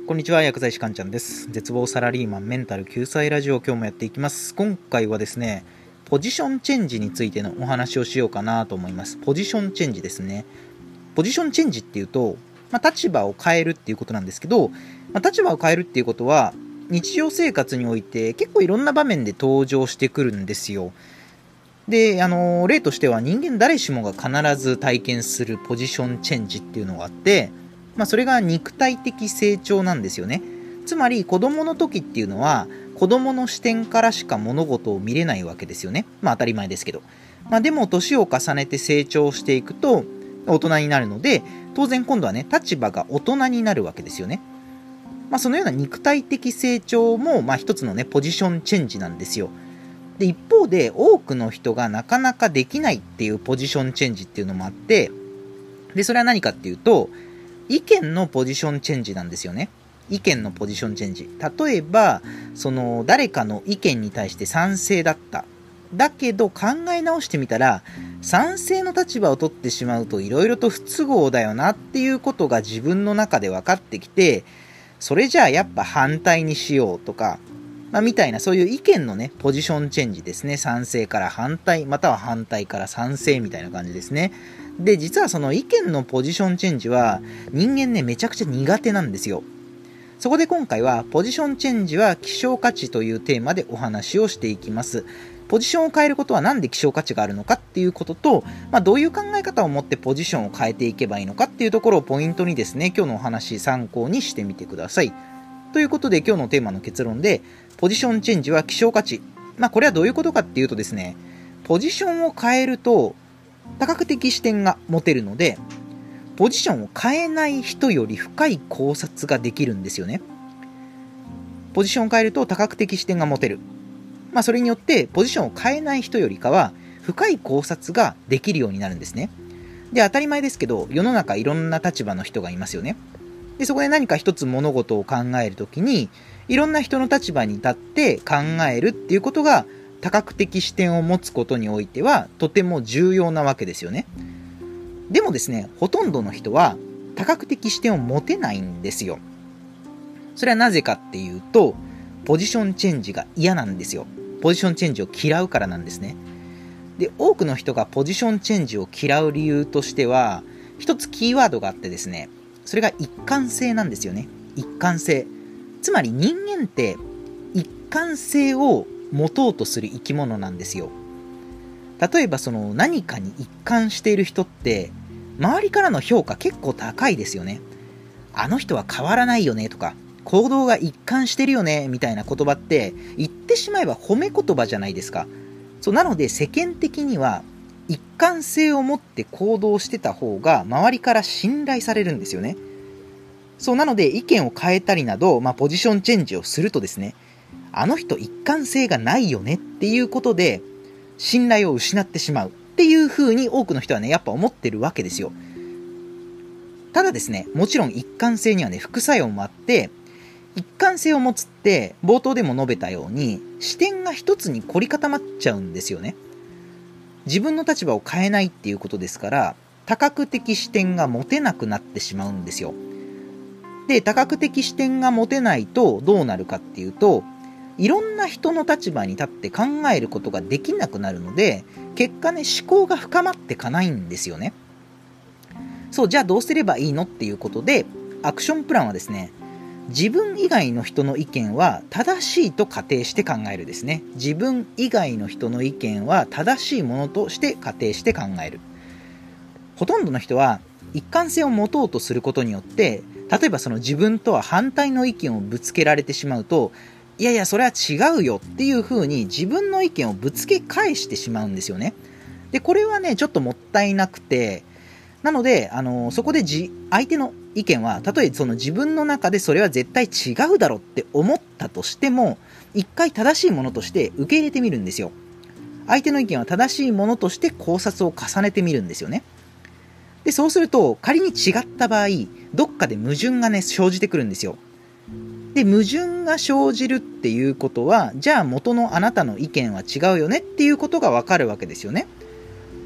こんにちは、薬剤師かんちゃんです。絶望サラリーマンメンタル救済ラジオを今日もやっていきます。今回はですね、ポジションチェンジについてのお話をしようかなと思います。ポジションチェンジですね。ポジションチェンジっていうと、立場を変えるっていうことなんですけど、立場を変えるっていうことは、日常生活において結構いろんな場面で登場してくるんですよ。で、例としては人間誰しもが必ず体験するポジションチェンジっていうのがあって、それが肉体的成長なんですよね。つまり子供の時っていうのは子供の視点からしか物事を見れないわけですよね。当たり前ですけど。でも年を重ねて成長していくと大人になるので、当然今度はね、立場が大人になるわけですよね。そのような肉体的成長も一つのね、ポジションチェンジなんですよ。で、一方で多くの人がなかなかできないっていうポジションチェンジっていうのもあって、で、それは何かっていうと、意見のポジションチェンジなんですよね。意見のポジションチェンジ。例えば、誰かの意見に対して賛成だった。だけど考え直してみたら、賛成の立場を取ってしまうといろいろと不都合だよなっていうことが自分の中で分かってきて、それじゃあやっぱ反対にしようとか、みたいなそういう意見のね、ポジションチェンジですね。賛成から反対、または反対から賛成みたいな感じですね。で、実はその意見のポジションチェンジは人間ね、めちゃくちゃ苦手なんですよ。そこで今回はポジションチェンジは希少価値というテーマでお話をしていきます。ポジションを変えることはなんで希少価値があるのかっていうことと、どういう考え方を持ってポジションを変えていけばいいのかっていうところをポイントにですね、今日のお話参考にしてみてください。ということで今日のテーマの結論で、ポジションチェンジは希少価値。これはどういうことかっていうとですね、ポジションを変えると多角的視点が持てるので、ポジションを変えない人より深い考察ができるんですよね。ポジションを変えると多角的視点が持てる。それによってポジションを変えない人よりかは深い考察ができるようになるんですね。で、当たり前ですけど、世の中いろんな立場の人がいますよね。で、そこで何か一つ物事を考えるときに、いろんな人の立場に立って考えるっていうことが多角的視点を持つことにおいてはとても重要なわけですよね。でもですね、ほとんどの人は多角的視点を持てないんですよ。それはなぜかっていうと、ポジションチェンジが嫌なんですよ。ポジションチェンジを嫌うからなんですね。で、多くの人がポジションチェンジを嫌う理由としては、一つキーワードがあってですね、それが一貫性なんですよね。一貫性。つまり人間って一貫性を持とうとする生き物なんですよ。例えば何かに一貫している人って周りからの評価結構高いですよね。あの人は変わらないよねとか、行動が一貫してるよねみたいな言葉って言ってしまえば褒め言葉じゃないですか。なので世間的には一貫性を持って行動してた方が周りから信頼されるんですよね。なので意見を変えたりなど、ポジションチェンジをするとですね、あの人一貫性がないよねっていうことで信頼を失ってしまうっていう風に多くの人はね、やっぱ思ってるわけですよ。ただですね、もちろん一貫性にはね、副作用もあって、一貫性を持つって冒頭でも述べたように視点が一つに凝り固まっちゃうんですよね。自分の立場を変えないっていうことですから、多角的視点が持てなくなってしまうんですよ。で、多角的視点が持てないとどうなるかっていうと、いろんな人の立場に立って考えることができなくなるので、結果ね、思考が深まっていかないんですよね。じゃあどうすればいいのっていうことで、アクションプランはですね、自分以外の人の意見は正しいと仮定して考えるですね。自分以外の人の意見は正しいものとして仮定して考える。ほとんどの人は一貫性を持とうとすることによって、例えば自分とは反対の意見をぶつけられてしまうと、いやいやそれは違うよっていう風に自分の意見をぶつけ返してしまうんですよね。で、これはね、ちょっともったいなくて、なのでそこで相手の意見は、たとえ自分の中でそれは絶対違うだろうって思ったとしても、一回正しいものとして受け入れてみるんですよ。相手の意見は正しいものとして考察を重ねてみるんですよね。で、そうすると仮に違った場合、どっかで矛盾がね、生じてくるんですよ。で、矛盾が生じるっていうことは、じゃあ元のあなたの意見は違うよねっていうことがわかるわけですよね。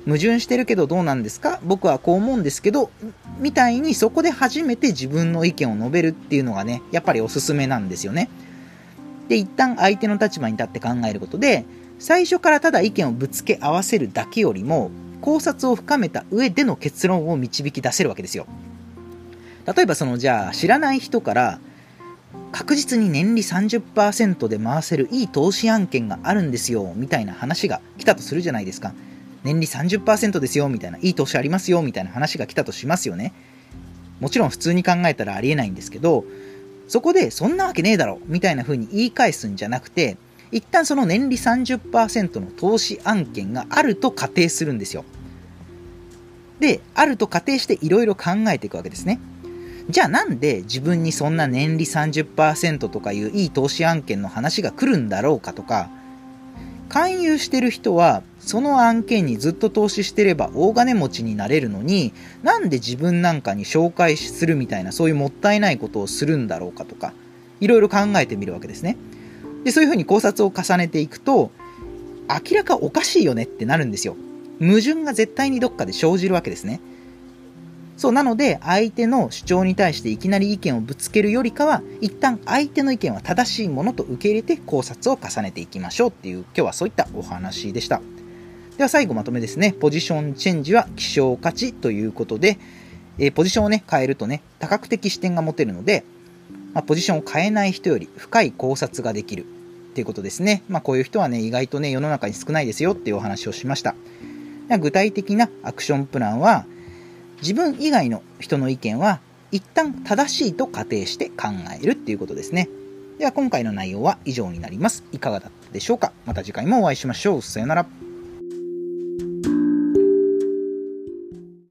矛盾してるけどどうなんですか、僕はこう思うんですけど、みたいにそこで初めて自分の意見を述べるっていうのがね、やっぱりおすすめなんですよね。で、一旦相手の立場に立って考えることで、最初からただ意見をぶつけ合わせるだけよりも、考察を深めた上での結論を導き出せるわけですよ。例えばじゃあ知らない人から確実に年利 30% で回せるいい投資案件があるんですよみたいな話が来たとするじゃないですか。年利 30% ですよみたいな、いい投資ありますよみたいな話が来たとしますよね。もちろん普通に考えたらありえないんですけど、そこでそんなわけねえだろみたいな風に言い返すんじゃなくて、一旦その年利 30% の投資案件があると仮定するんですよ。で、あると仮定していろいろ考えていくわけですね。じゃあなんで自分にそんな年利 30% とかいういい投資案件の話が来るんだろうかとか、勧誘してる人はその案件にずっと投資してれば大金持ちになれるのに、なんで自分なんかに紹介するみたいな、そういうもったいないことをするんだろうかとか、いろいろ考えてみるわけですね。で、そういうふうに考察を重ねていくと、明らかおかしいよねってなるんですよ。矛盾が絶対にどっかで生じるわけですね。そう、なので相手の主張に対していきなり意見をぶつけるよりかは、一旦相手の意見は正しいものと受け入れて考察を重ねていきましょうっていう、今日はそういったお話でした。では最後まとめですね。ポジションチェンジは希少価値ということで、ポジションをね変えるとね多角的視点が持てるので、ポジションを変えない人より深い考察ができるっていうことですね。こういう人はね意外とね世の中に少ないですよっていうお話をしました。具体的なアクションプランは、自分以外の人の意見は一旦正しいと仮定して考えるっていうことですね。では今回の内容は以上になります。いかがだったでしょうか。また次回もお会いしましょう。さよなら。